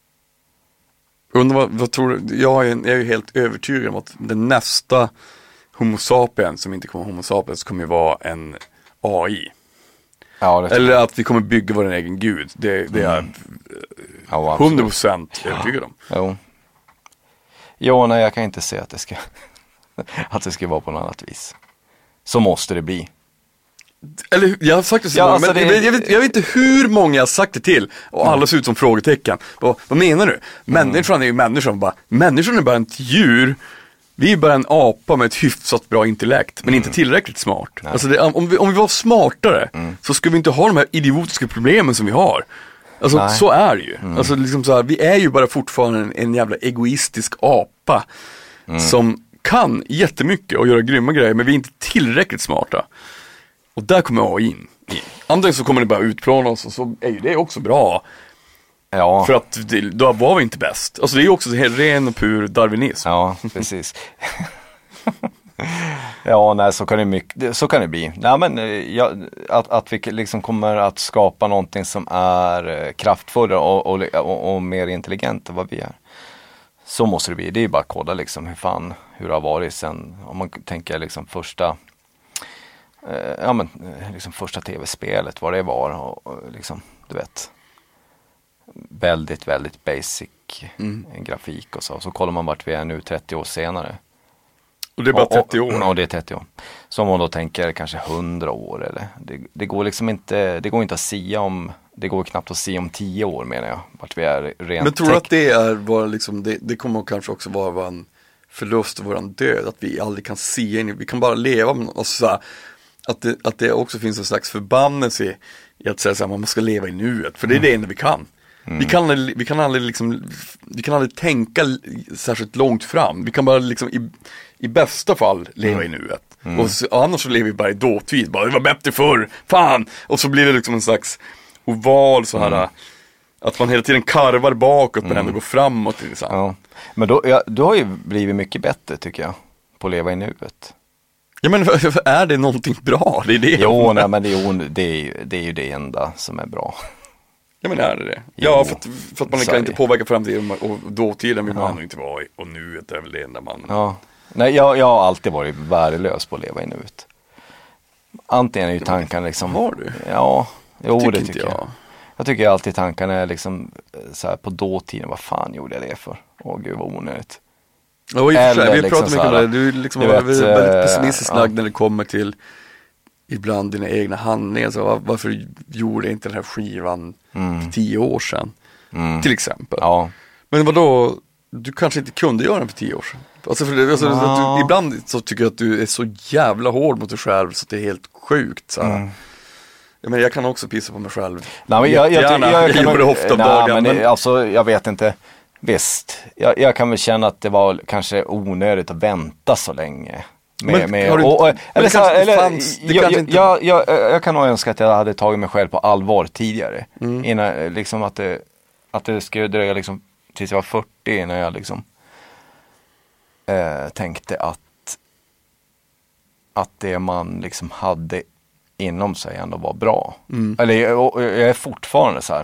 A: Undrar vad tror du? Jag är ju helt övertygad om att den nästa Homo sapiens som inte kommer Homo sapiens kommer ju vara en AI. Ja, eller att vi kommer bygga vår egen gud. Det är jag 100% övertygad om.
B: Jo, nej, jag kan inte se att det ska vara på något annat vis. Så måste det bli.
A: Eller jag har sagt det så många, alltså men jag vet inte hur många jag har sagt det till. Och alla ser ut som frågetecken. Vad menar du? Människan är ju människan. Människan är bara ett djur. Vi är bara en apa med ett hyfsat bra intellekt. Men inte tillräckligt smart. Alltså om vi var smartare så skulle vi inte ha de här idiotiska problemen som vi har. Alltså så är det ju. Alltså liksom så här, vi är ju bara fortfarande en jävla egoistisk apa. Som kan jättemycket och göra grymma grejer. Men vi är inte tillräckligt smarta. Och där kommer AI in. Antingen så kommer det bara utplåna oss och så är ju det också bra. Ja. För att då var vi inte bäst. Alltså det är ju också helt ren och pur darwinism.
B: Ja, precis. Ja, nej, så kan det bli. Nej, men att vi liksom kommer att skapa någonting som är kraftfullare och mer intelligent än vad vi är. Så måste det bli. Det är ju bara att kolla liksom hur det har varit sen, om man tänker liksom första första tv-spelet, vad det var och liksom, du vet, väldigt, väldigt basic grafik och så kollar man vart vi är nu 30 år senare.
A: Och det är bara 30 år?
B: Ja, det är 30 år. Så om man då tänker kanske 100 år eller, det går liksom inte, det går inte att sia om, det går knappt att sia om 10 år menar jag, vart vi är rent.
A: Men tror du att det kommer kanske också vara en förlust av våran död, att vi aldrig kan se in, vi kan bara leva och så här, att det också finns en slags förbannelse i att säga så här, man måste leva i nuet, för det är det enda vi kan. Vi kan aldrig tänka särskilt långt fram. Vi kan bara liksom i bästa fall leva i nuet. Och annars så lever vi bara i dåtid. Bara, det var bättre förr, fan! Och så blir det liksom en slags oval så här, att man hela tiden karvar bakåt men ändå går framåt.
B: Ja. Men du har ju blivit mycket bättre tycker jag på att leva i nuet.
A: Ja, men är det någonting bra? Det är det.
B: Jo, nej, men det är ju det enda som är bra.
A: Ja, men är det? Ja, för att man kan inte påverka framtiden och dåtiden vill man nog inte vara i. Och nu är det väl det enda man...
B: Ja. Nej, jag har alltid varit värdelös på att leva i nuet. Antingen är ju tankarna liksom...
A: Har du?
B: Ja, jo, det
A: inte
B: tycker jag. Jag tycker alltid tankarna är liksom så här på dåtiden, vad fan gjorde jag det för? Åh gud vad onödigt.
A: Ja, i och för sig, vi
B: liksom
A: pratar mycket om det. Du liksom väldigt pessimistisk lagd när det kommer till ibland dina egna handlingar. Så varför gjorde jag inte den här skivan för 10 år sedan? Till exempel.
B: Ja.
A: Men vadå, du kanske inte kunde göra den för 10 år sedan? Alltså, att du, ibland så tycker jag att du är så jävla hård mot dig själv så att det är helt sjukt. Så här. Jag kan också pissa på mig själv.
B: Nej, men jag
A: gör det ofta om dagen.
B: Men alltså, jag vet inte. Visst, jag kan väl känna att det var kanske onödigt att vänta så länge. Jag kan nog önska att jag hade tagit mig själv på allvar tidigare. Innan, liksom att det skulle dröja liksom, tills jag var 40 innan jag liksom tänkte att det man liksom hade inom sig ändå var bra. Eller jag är fortfarande så här.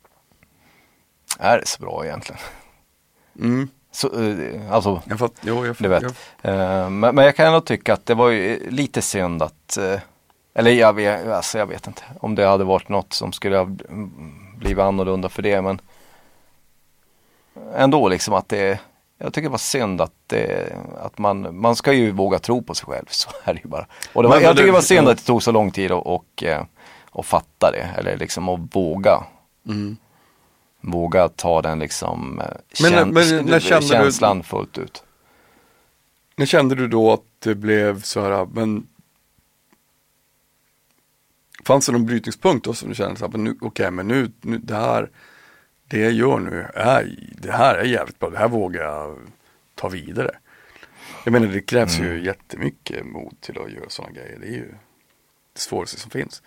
B: Är det så bra egentligen? Så, alltså,
A: du
B: vet. Men jag kan ändå tycka att det var ju lite synd att, eller jag vet inte om det hade varit något som skulle ha blivit annorlunda för det, men ändå liksom att jag tycker det var synd att man ska ju våga tro på sig själv, så är det ju bara. Och jag tycker det var synd att det tog så lång tid att fatta det, eller liksom att våga ta den liksom känslan fullt ut.
A: När kände du då att det blev så här, men fanns det någon brytningspunkt då som du kände så här, men nu det jag gör nu det här är jävligt bra, det här vågar jag ta vidare. Jag menar, det krävs ju jättemycket mod till att göra sådana grejer. Det är ju det svåraste som finns.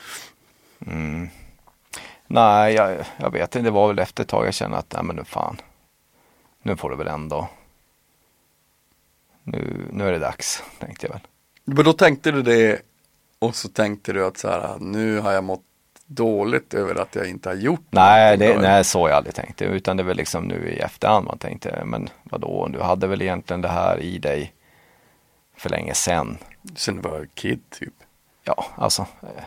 B: Nej, jag vet inte. Det var väl efter ett tag jag kände att nej, men nu får det väl ändå. Nu är det dags, tänkte jag väl.
A: Men då tänkte du det, och så tänkte du att så här, nu har jag mått dåligt över att jag inte har gjort
B: nej, så har jag aldrig tänkt det, utan det är väl liksom nu i efterhand man tänkte, men vadå, du hade väl egentligen det här i dig för länge sedan.
A: Sen du var kid typ.
B: Ja, alltså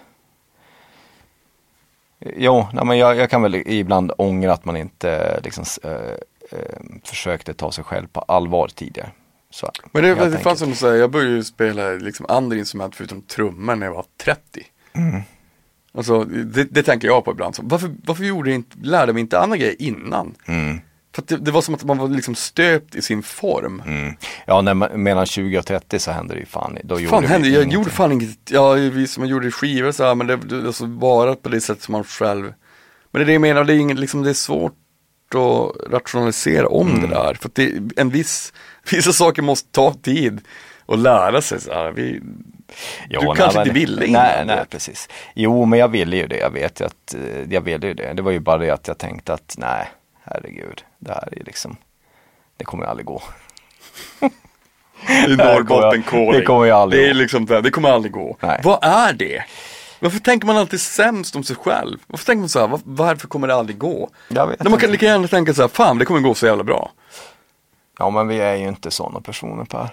B: men jag kan väl ibland ångra att man inte liksom försökte ta sig själv på allvar tidigare. Så,
A: men det fanns som att säga, jag började ju spela liksom andra instrument förutom trummor när jag var 30. Alltså, det tänker jag på ibland. Så, varför lärde mig inte andra grejer innan? För att det var som att man var liksom stöpt i sin form.
B: Ja, mellan 20 och 30 så hände det ju fan.
A: Jag gjorde fan inget. Ja, vi som gjorde skivor så här, men det alltså bara på det sätt som man själv. Men det är det jag menar, det är inget, liksom, det är svårt att rationalisera om det där. För att vissa saker måste ta tid och lära sig så här. Du kanske inte ville innan.
B: Nej, precis. Jo, men jag ville ju det. Jag vet att jag ville ju det. Det var ju bara det att jag tänkte att nej, herregud, det här är liksom, det kommer aldrig gå.
A: I Norrbottenkoring.
B: Det kommer ju aldrig.
A: Det är liksom det kommer aldrig gå.
B: Nej.
A: Vad är det? Varför tänker man alltid sämst om sig själv? Varför tänker man så här, varför kommer det aldrig gå?
B: Jag vet.
A: När man kan lika gärna tänka så här, fan, det kommer gå så jävla bra.
B: Ja, men vi är ju inte sådana personer, Per.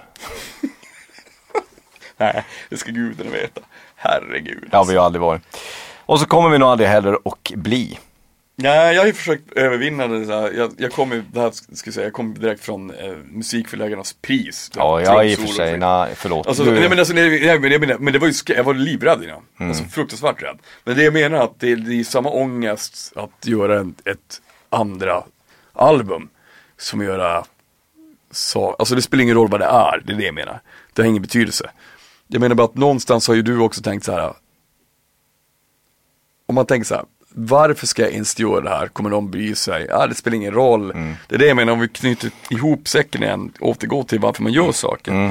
A: Nej, det ska gudarna veta. Herregud.
B: Ja, vi har aldrig varit. Och så kommer vi nog aldrig heller och bli.
A: Nej, jag har ju försökt övervinna det så här. Jag kom direkt från musikförläggarnas pris.
B: Ja, jag i och för sig, nej, förlåt.
A: Alltså, men det var ju jag var livrädd innan. Alltså fruktansvärt rädd. Men det jag menar är att det är samma ångest att göra ett andra album som göra så. Alltså det spelar ingen roll vad det är det jag menar. Det har ingen betydelse. Jag menar bara att någonstans har ju du också tänkt så här. Om man tänker så här, varför ska jag ens göra det här? Kommer de bry sig? Det spelar ingen roll. Det är det jag menar, om vi knyter ihop säcken igen, återgår till varför man gör saker.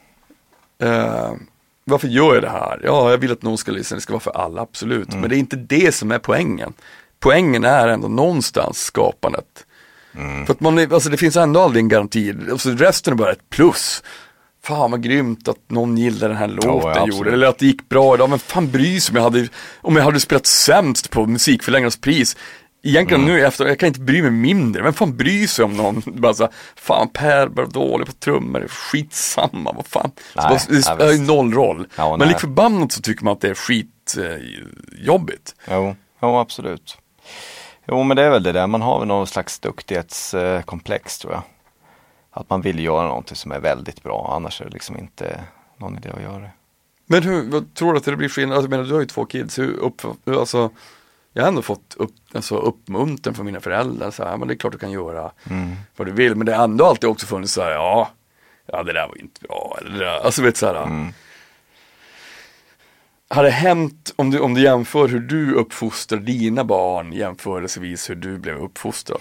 A: Varför gör jag det här? Ja, jag vill att någon ska lyssna, det ska vara för alla, absolut. Men det är inte det som är poängen. Poängen är ändå någonstans skapandet. För att det finns ändå aldrig en garanti. Alltså, resten är bara ett plus. Fan vad grymt att någon gillade den här låten gjorde. Eller att det gick bra idag. Men fan bry sig om jag hade spelat sämst på musikförlängarnas pris. Egentligen nu efter, jag kan inte bry mig mindre. Vem fan bryr sig om någon? Bara så här, fan Per blev dålig på trummor, skitsamma, vad fan.
B: Nej,
A: så bara, det spelar ju noll roll.
B: Ja,
A: men lik förbannat så tycker man att det är skitjobbigt.
B: Jo, absolut. Jo, men det är väl det där. Man har väl någon slags duktighetskomplex, tror jag. Att man vill göra någonting som är väldigt bra, annars är det liksom inte någon idé att göra det.
A: Men vad tror du att det blir skillnad? Alltså, jag menar, du har ju 2 kids. Alltså, jag har ändå fått uppmuntran från mina föräldrar. Så här, men det är klart du kan göra vad du vill. Men det har ändå alltid också funnits så här, ja det där var inte bra. Eller det där. Alltså vet så här. Har det hänt, om du jämför hur du uppfostrar dina barn jämförelsevis hur du blev uppfostrad?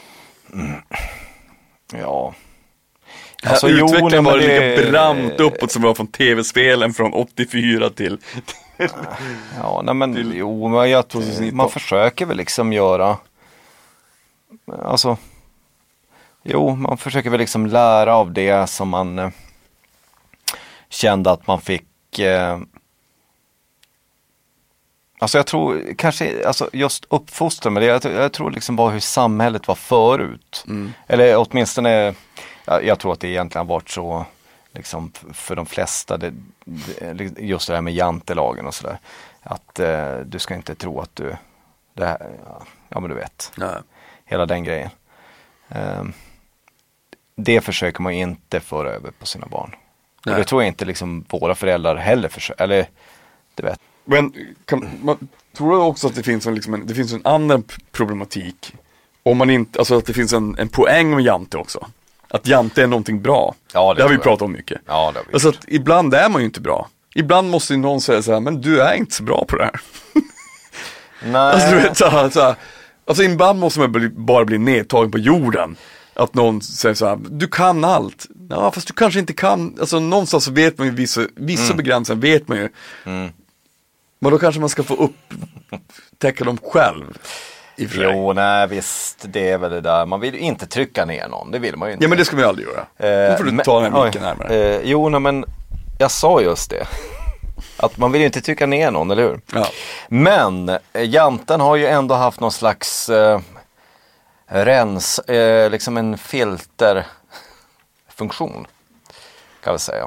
B: Ja.
A: Alltså, utvecklingen var lika brant uppåt som var från tv-spelen från 84 till
B: ja, nej men jo, men jag tror man försöker väl liksom göra, alltså man försöker väl liksom lära av det som man kände att man fick alltså jag tror kanske, alltså just uppfostran, men jag tror liksom bara hur samhället var förut. Eller åtminstone, jag tror att det egentligen har varit så liksom för de flesta, just det här med jantelagen och sådär. Att du ska inte tro att du, det här, ja men du vet.
A: Nej.
B: Hela den grejen. Det försöker man inte föra över på sina barn. Och det tror jag inte liksom våra föräldrar heller försöker, eller du vet.
A: Men tror du också att det finns det finns en annan problematik om man inte, alltså att det finns en poäng med jante också, att jante är någonting bra.
B: Ja,
A: det har vi pratat om mycket.
B: Ja, det har vi
A: alltså att ibland är man ju inte bra. Ibland måste ju någon säga så här, men du är inte så bra på det här.
B: Nej.
A: Alltså du vet så här, alltså ibland måste man bara bli nedtagen på jorden. Att någon säger så här, du kan allt. Ja, fast du kanske inte kan, alltså någonstans så vet man ju vissa begränsningar vet man ju. Men då kanske man ska få upptäcka dem själv.
B: Jo, nej visst, det är väl det där. Man vill ju inte trycka ner någon, det vill man ju inte.
A: Ja, men det ska man ju aldrig göra. Nu får du ta den här micken närmare.
B: Jo, nej, men jag sa just det. Att man vill ju inte trycka ner någon, eller hur?
A: Ja.
B: Men janten har ju ändå haft någon slags liksom en filterfunktion, kan vi säga.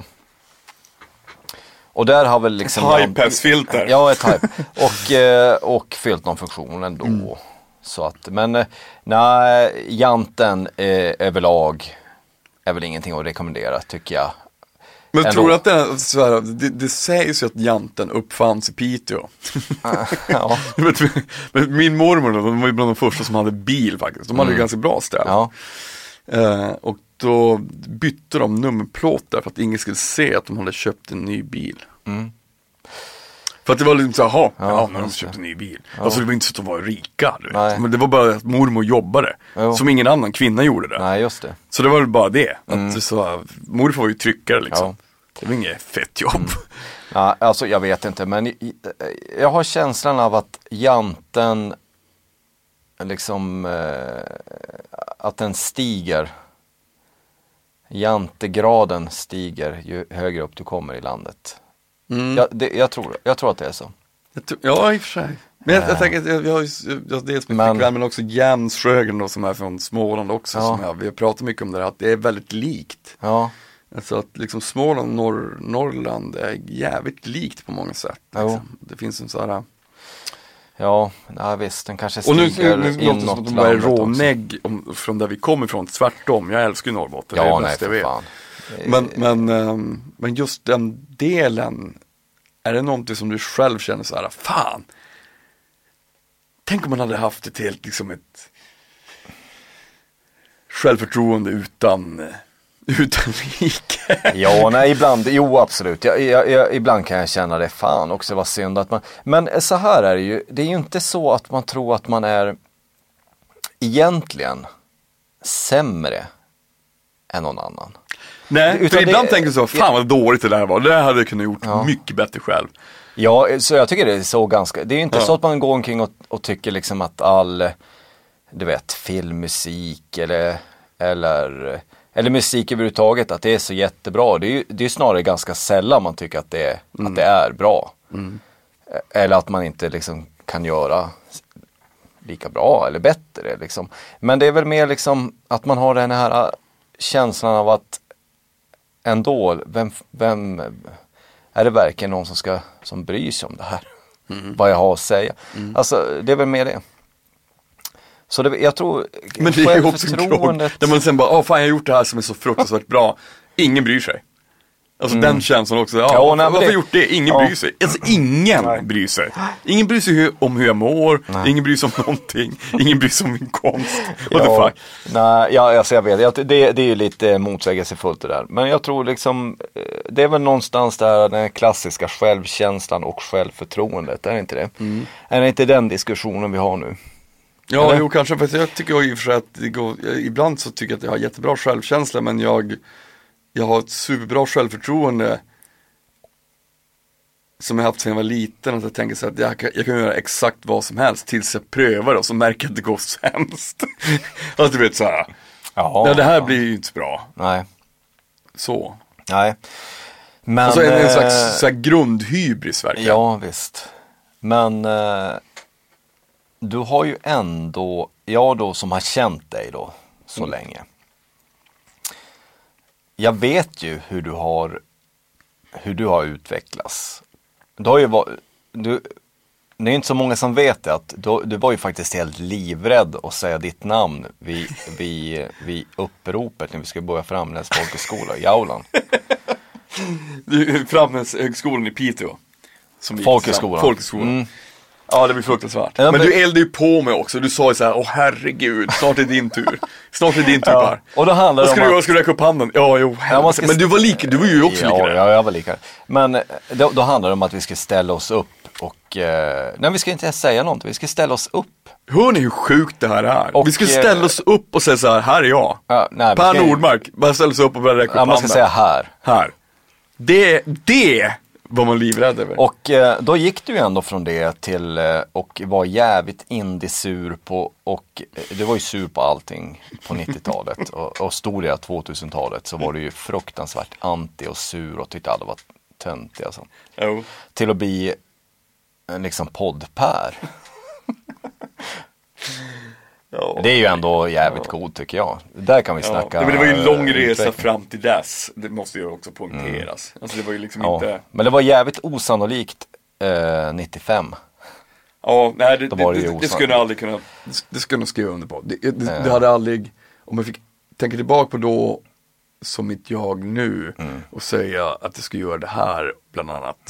B: Och där har väl liksom
A: ett high-pass-filter.
B: Ja, ett high. Och fyllt någon funktion ändå. Så att, men nej, janten överlag är väl ingenting att rekommendera, tycker jag.
A: Men tror du att det sägs ju att janten uppfanns i Piteå?
B: Ja.
A: Min mormor, de var ju bland de första som hade bil faktiskt. De hade ju ganska bra ställ.
B: Ja.
A: Och då bytte de nummerplåtar för att ingen skulle se att de hade köpt en ny bil. För att det var liksom så här, när de köpte en ny bil. Alltså det var inte så att de var rika. Men det var bara att mormor jobbade. Som ingen annan kvinna gjorde det.
B: Nej, just det.
A: Så det var väl bara det. Att så, morfar var ju tryckare liksom. Ja. Det var inget fett jobb.
B: Ja, alltså jag vet inte, men jag har känslan av att janten liksom att den stiger. Jantegraden stiger ju högre upp du kommer i landet. Jag tror att det är så.
A: Ja, i och för sig. Men jag tänker att jag har dels med flickvän, men också Jens Sjögren då, som är från Småland också. Som vi har pratat mycket om det här, att det är väldigt likt.
B: Ja.
A: Alltså att liksom Småland och Norrland är jävligt likt på många sätt. Liksom. Det finns en sån här...
B: Ja, visst, den kanske stiger
A: och nu låter det som att de bara är rånägg från där vi kommer ifrån. Tvärtom, jag älskar ju Norrbotten.
B: Ja, nej, för fan.
A: Men just den delen, är det någonting som du själv känner så här, fan, tänk om man hade haft ett helt liksom ett självförtroende utan like.
B: Ja, nej, ibland, jo absolut. Ibland kan jag känna det, fan också, vad synd att man, men så här är det är ju inte så att man tror att man är egentligen sämre än någon annan.
A: Nej, utan för ibland tänker jag så, fan vad dåligt det där var. Det där hade jag kunnat gjort mycket bättre själv.
B: Ja, så jag tycker det är så ganska, det är ju inte så att man går omkring och tycker liksom att all, du vet, filmmusik eller musik överhuvudtaget, att det är så jättebra. Det är ju snarare ganska sällan man tycker att det är bra. Eller att man inte liksom kan göra lika bra eller bättre liksom. Men det är väl mer liksom att man har den här känslan av att ändå, vem är det verkligen någon som bryr sig om det här? Vad jag har att säga. Alltså det är väl mer det. Så det, jag tror
A: men det är ju också en krock där man sen bara, fan jag har gjort det här som är så fruktansvärt bra. Ingen bryr sig. Alltså den känslan också, varför har jag gjort det? Ingen bryr sig. Alltså ingen bryr sig. Ingen bryr sig om hur jag mår. Ingen bryr sig om någonting. Ingen bryr sig om min konst. What the fuck?
B: Nej, alltså jag vet. Det är ju lite motsägelsefullt det där. Men jag tror liksom, det är väl någonstans där den klassiska självkänslan och självförtroendet, är det inte det? Är det inte den diskussionen vi har nu?
A: Ja, jo kanske, för jag tycker i och för sig att det går, ibland så tycker jag att jag har jättebra självkänsla, men jag har ett superbra självförtroende som jag haft sedan jag var liten, att jag tänker så att jag kan göra exakt vad som helst tills jag prövar och så märker jag att det går sämst. Att du vet så här. Ja, det här blir ju inte så bra.
B: Nej.
A: Så.
B: Nej. Men
A: alltså en slags så här grundhybris verkligen.
B: Ja, visst. Men du har ju ändå, jag då som har känt dig då så länge. Jag vet ju hur du har utvecklats. Det är inte så många som vet det, att du var ju faktiskt helt livrädd att säga ditt namn vid uppropet när vi skulle börja Framnäs folkhögskola i aulan.
A: Framnäs högskolan i Piteå.
B: Folkhögskolan.
A: Ja, det blir fruktansvärt. Men du eldade ju på mig också. Du sa ju så här, åh herregud, snart är din tur. Snart är din tur här.
B: Och då handlar det om
A: att... Ska du räcka upp handen? Ja, jo. Men du var ju också lika där.
B: Ja, jag var lika. Men då handlar det om att vi ska ställa oss upp och... nej, vi ska inte säga någonting. Vi ska ställa oss upp.
A: Hör ni hur sjukt det här är? Och, vi ska ställa oss upp och säga så här är jag. Per Nordmark, bara ställa sig upp och börja räcka upp handen.
B: Man ska säga här.
A: Det var man livrädd över.
B: Och då gick du ändå från det till och var jävligt indie-sur på, och du var ju sur på allting på 90-talet och stor i 2000-talet så var du ju fruktansvärt anti och sur och tyckte alla var töntiga alltså. Till att bli liksom poddpär. Det är ju ändå jävligt god tycker jag. Där kan vi snacka.
A: Men det var ju en lång resa fram till dess. Det måste ju också poängteras. Alltså det var ju liksom inte...
B: Men det var jävligt osannolikt 95.
A: Ja, nej, det skulle jag aldrig kunna... Det skulle jag skriva under på. Det hade aldrig... Om jag fick tänka tillbaka på då som mitt jag nu och säga att jag skulle göra det här bland annat.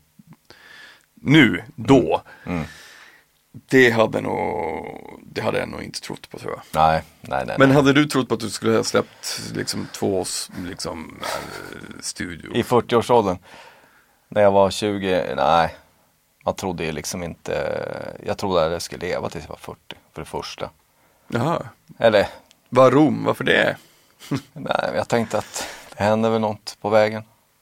A: Då. Det hade jag nog inte trott på, tror jag. Nej. Men hade du trott på att du skulle ha släppt liksom 2 liksom studio?
B: I 40-årsåldern. När jag var 20, nej. Man trodde liksom inte, jag trodde att jag skulle leva tills jag var 40, för det första.
A: Jaha.
B: Eller?
A: Varför det?
B: Nej, jag tänkte att det händer väl något på vägen.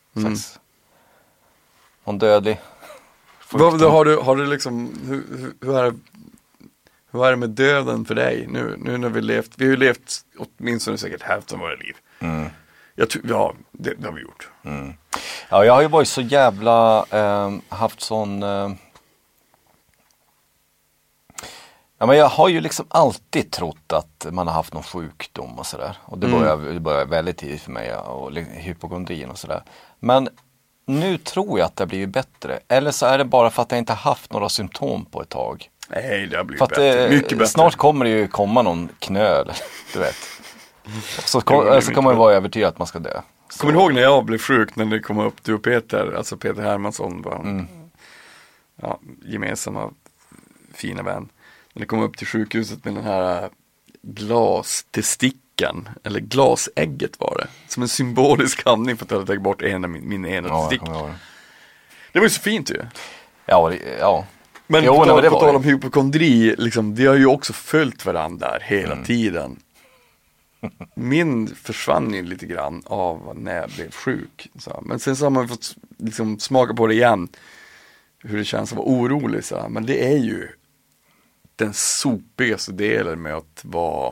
B: Någon dödlig.
A: Har du liksom, hur är det med döden för dig nu när vi har ju levt åtminstone säkert hälften av våra liv. Det har vi gjort.
B: Ja, jag har ju varit så jävla haft sån men jag har ju liksom alltid trott att man har haft någon sjukdom och sådär. Och det började väldigt tidigt för mig, och hypokondrin och sådär. Men nu tror jag att det har blivit bättre. Eller så är det bara för att jag inte haft några symptom på ett tag.
A: Nej, det har blivit bättre. Mycket bättre.
B: Snart kommer det ju komma någon knöl, du vet. Så kommer man vara övertygad att man ska dö.
A: Kommer du ihåg när jag blev sjuk, när det kom upp du och Peter, alltså Peter Hermansson var gemensamma fina vän. När det kom upp till sjukhuset med den här glastestikeln, eller glasägget var det, som en symbolisk handling för att jag hade tagit bort min ena testikel. Det var ju så fint ju.
B: Ja.
A: Men på tal om hypokondri, liksom, vi har ju också följt varandra där hela tiden. Min försvann ju lite grann av när jag blev sjuk. Så. Men sen så har man fått liksom smaka på det igen, hur det känns att vara orolig. Så. Men det är ju den sopigaste delen med att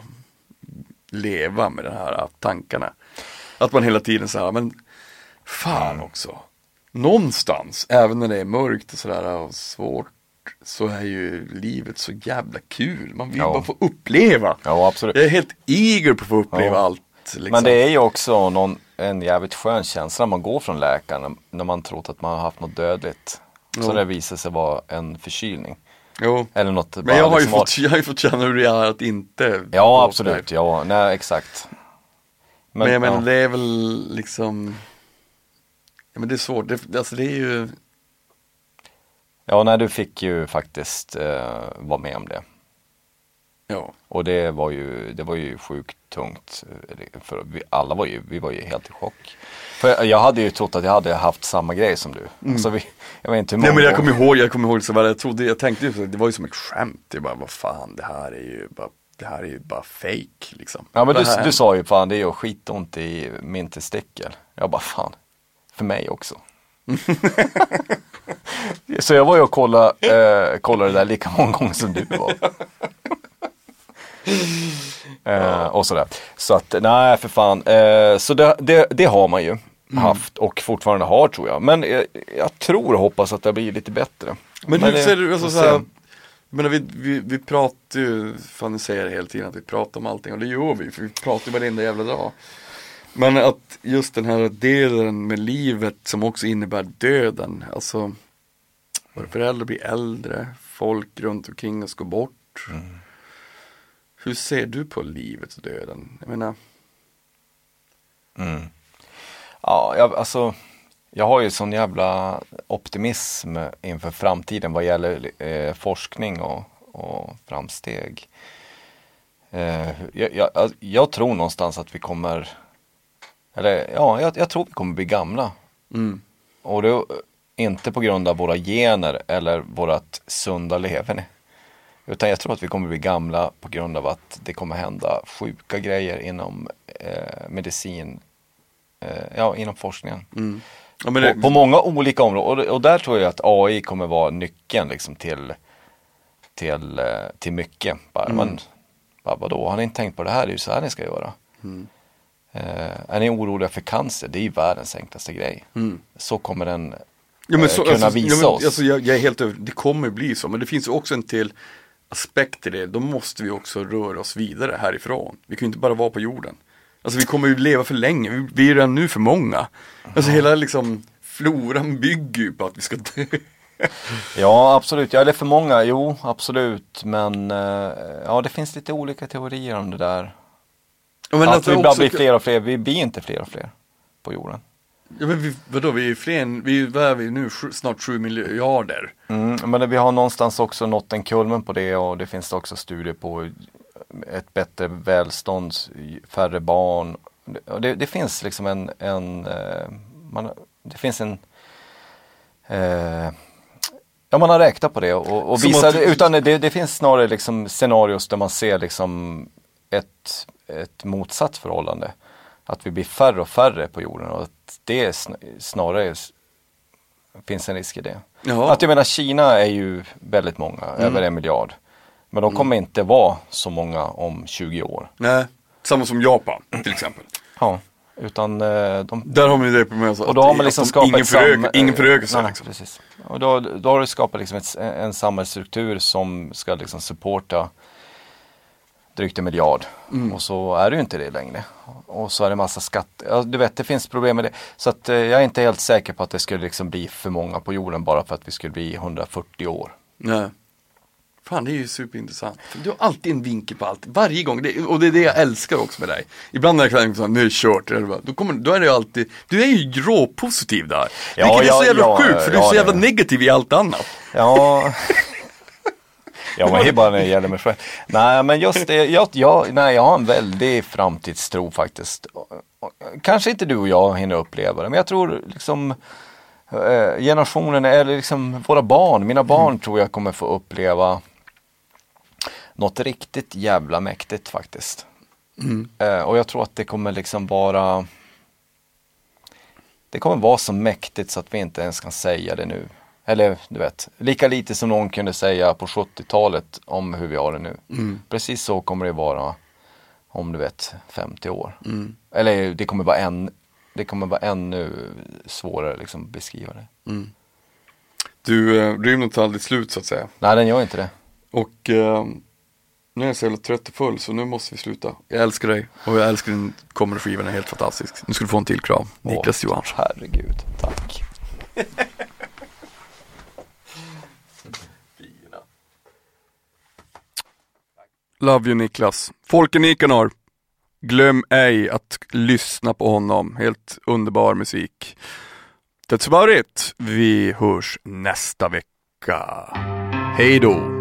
A: leva med de här tankarna. Att man hela tiden säger, men fan också. Någonstans, även när det är mörkt och sådär och svårt så är ju livet så jävla kul. Man vill
B: Ja.
A: bara få uppleva.
B: Ja, absolut.
A: Jag är helt eager på att få uppleva
B: Ja.
A: allt. Liksom.
B: Men det är ju också en jävligt skön känsla när man går från läkaren när man trott att man har haft något dödligt. Så
A: Jo.
B: det visar sig vara en förkylning.
A: Jo.
B: Eller något
A: Men
B: bara
A: jag har,
B: liksom
A: jag har ju fått känna hur det är att inte
B: Ja,
A: gå
B: absolut.
A: där.
B: Ja, nej, exakt.
A: Men jag menar,
B: ja.
A: det är väl liksom, ja men det är svårt, alltså det är ju,
B: Ja, nej, du fick ju faktiskt vara med om det.
A: ja.
B: Och det var ju sjukt tungt. För vi var ju helt i chock. För jag hade ju trott att jag hade haft samma grej som du. Alltså jag vet inte hur många
A: Nej men jag
B: gånger.
A: kommer ihåg så väl, jag tänkte ju, det var ju som ett skämt, det bara, vad fan, det här är ju bara fake liksom.
B: Ja, men
A: Det här-
B: du sa ju fan, det är ju skitont i min testikel. Jag bara fan, för mig också. Så jag var ju och kollade det där lika många gånger som du var. Och sådär. Så att, nej för fan. Så det har man ju haft och fortfarande har, tror jag. Men jag tror och hoppas att det blir lite bättre.
A: Men hur ser du, alltså
B: får
A: såhär,
B: se.
A: men vi pratar ju, fan ni säger hela tiden att vi pratar om allting och det gör vi, för vi pratar ju varenda jävla dag. Men att just den här delen med livet som också innebär döden, alltså våra föräldrar blir äldre, folk runt omkring oss går bort. Hur ser du på livet och döden? Jag menar,
B: Ja, jag har ju sån jävla optimism inför framtiden vad gäller forskning och framsteg. Jag tror någonstans att vi kommer, eller ja, jag tror vi kommer bli gamla. Och det är inte på grund av våra gener eller vårat sunda leverne. Utan jag tror att vi kommer bli gamla på grund av att det kommer hända sjuka grejer inom medicin, inom forskningen.
A: ja, men det,
B: På många olika områden. Och där tror jag att AI kommer vara nyckeln liksom till mycket. Men vadå, har ni inte tänkt på det här? Det är ju så här ni ska göra. Är ni oroliga för cancer? Det är ju världens enklaste grej. Så kommer den kunna visa oss.
A: Alltså, jag är helt över, det kommer bli så, men det finns också en till aspekt till det. Då måste vi också röra oss vidare härifrån. Vi kan ju inte bara vara på jorden. Alltså vi kommer ju leva för länge, vi är redan nu för många. Alltså hela liksom floran bygger ju på att vi ska dö.
B: Ja, absolut. Ja, det är för många. Jo, absolut. Men ja, det finns lite olika teorier om det där.
A: Men
B: att
A: alltså
B: vi bara
A: också-
B: blir fler och fler. Vi blir inte fler och fler på jorden.
A: Ja, men vadå, vi är fler än, vad är vi nu? Snart 7 miljarder.
B: Men vi har någonstans också nått en kulmen på det, och det finns också studier på ett bättre välstånd, färre barn. Det finns liksom det finns en man har räknat på det och
A: Som
B: visar,
A: att-
B: utan det finns snarare liksom scenarios där man ser liksom ett motsatt förhållande. Att vi blir färre och färre på jorden, och att det snarare finns en risk i det.
A: Jaha.
B: Att jag menar, Kina är ju väldigt många, över 1 miljard. Men de kommer inte vara så många om 20 år.
A: Nej, samma som Japan till exempel.
B: Ja, utan de...
A: Där har man ju det på med,
B: Och då har man liksom skapat
A: ingen förökelse
B: nej,
A: liksom.
B: precis. Och då har du skapat liksom en samhällsstruktur som ska liksom supporta drygt 1 miljard. Och så är det ju inte det längre. Och så är det massa skatt. Ja, du vet, det finns problem med det. Så att jag är inte helt säker på att det skulle liksom bli för många på jorden bara för att vi skulle bli 140 år.
A: Nej. Fan, det är ju superintressant. För du har alltid en vinkel på allt, varje gång. Och det är det jag älskar också med dig. Ibland när jag kan säga, nu är det kört. Då är det ju alltid, du är ju råpositiv där.
B: Ja,
A: Vilket är så jävla
B: ja,
A: sjukt, för du är
B: ja,
A: så jävla
B: det-
A: negativ i allt annat.
B: Ja, ja, men det är bara när det gäller mig själv. Nej, men just det, jag har en väldig framtidstro faktiskt. Kanske inte du och jag hinner uppleva det, men jag tror liksom generationen, eller liksom våra barn, mina barn tror jag kommer få uppleva något riktigt jävla mäktigt faktiskt. Och jag tror att det kommer liksom vara, det kommer vara så mäktigt så att vi inte ens kan säga det nu. Eller du vet, lika lite som någon kunde säga på 70-talet om hur vi har det nu. Precis så kommer det vara om du vet 50 år. Eller det kommer vara ännu svårare liksom beskriva det.
A: Du, rymden tar aldrig slut så att säga.
B: Nej, den gör inte det.
A: Och nu är jag så jävla trött och full så nu måste vi sluta. Jag älskar dig och jag älskar din kommande skiva, den är helt fantastisk. Nu ska du få en till krav, Niklas Johansson.
B: Herregud, tack.
A: Love you Niklas. Folke Nikanor, glöm ej att lyssna på honom. Helt underbar musik. That's about it. Vi hörs nästa vecka. Hej då.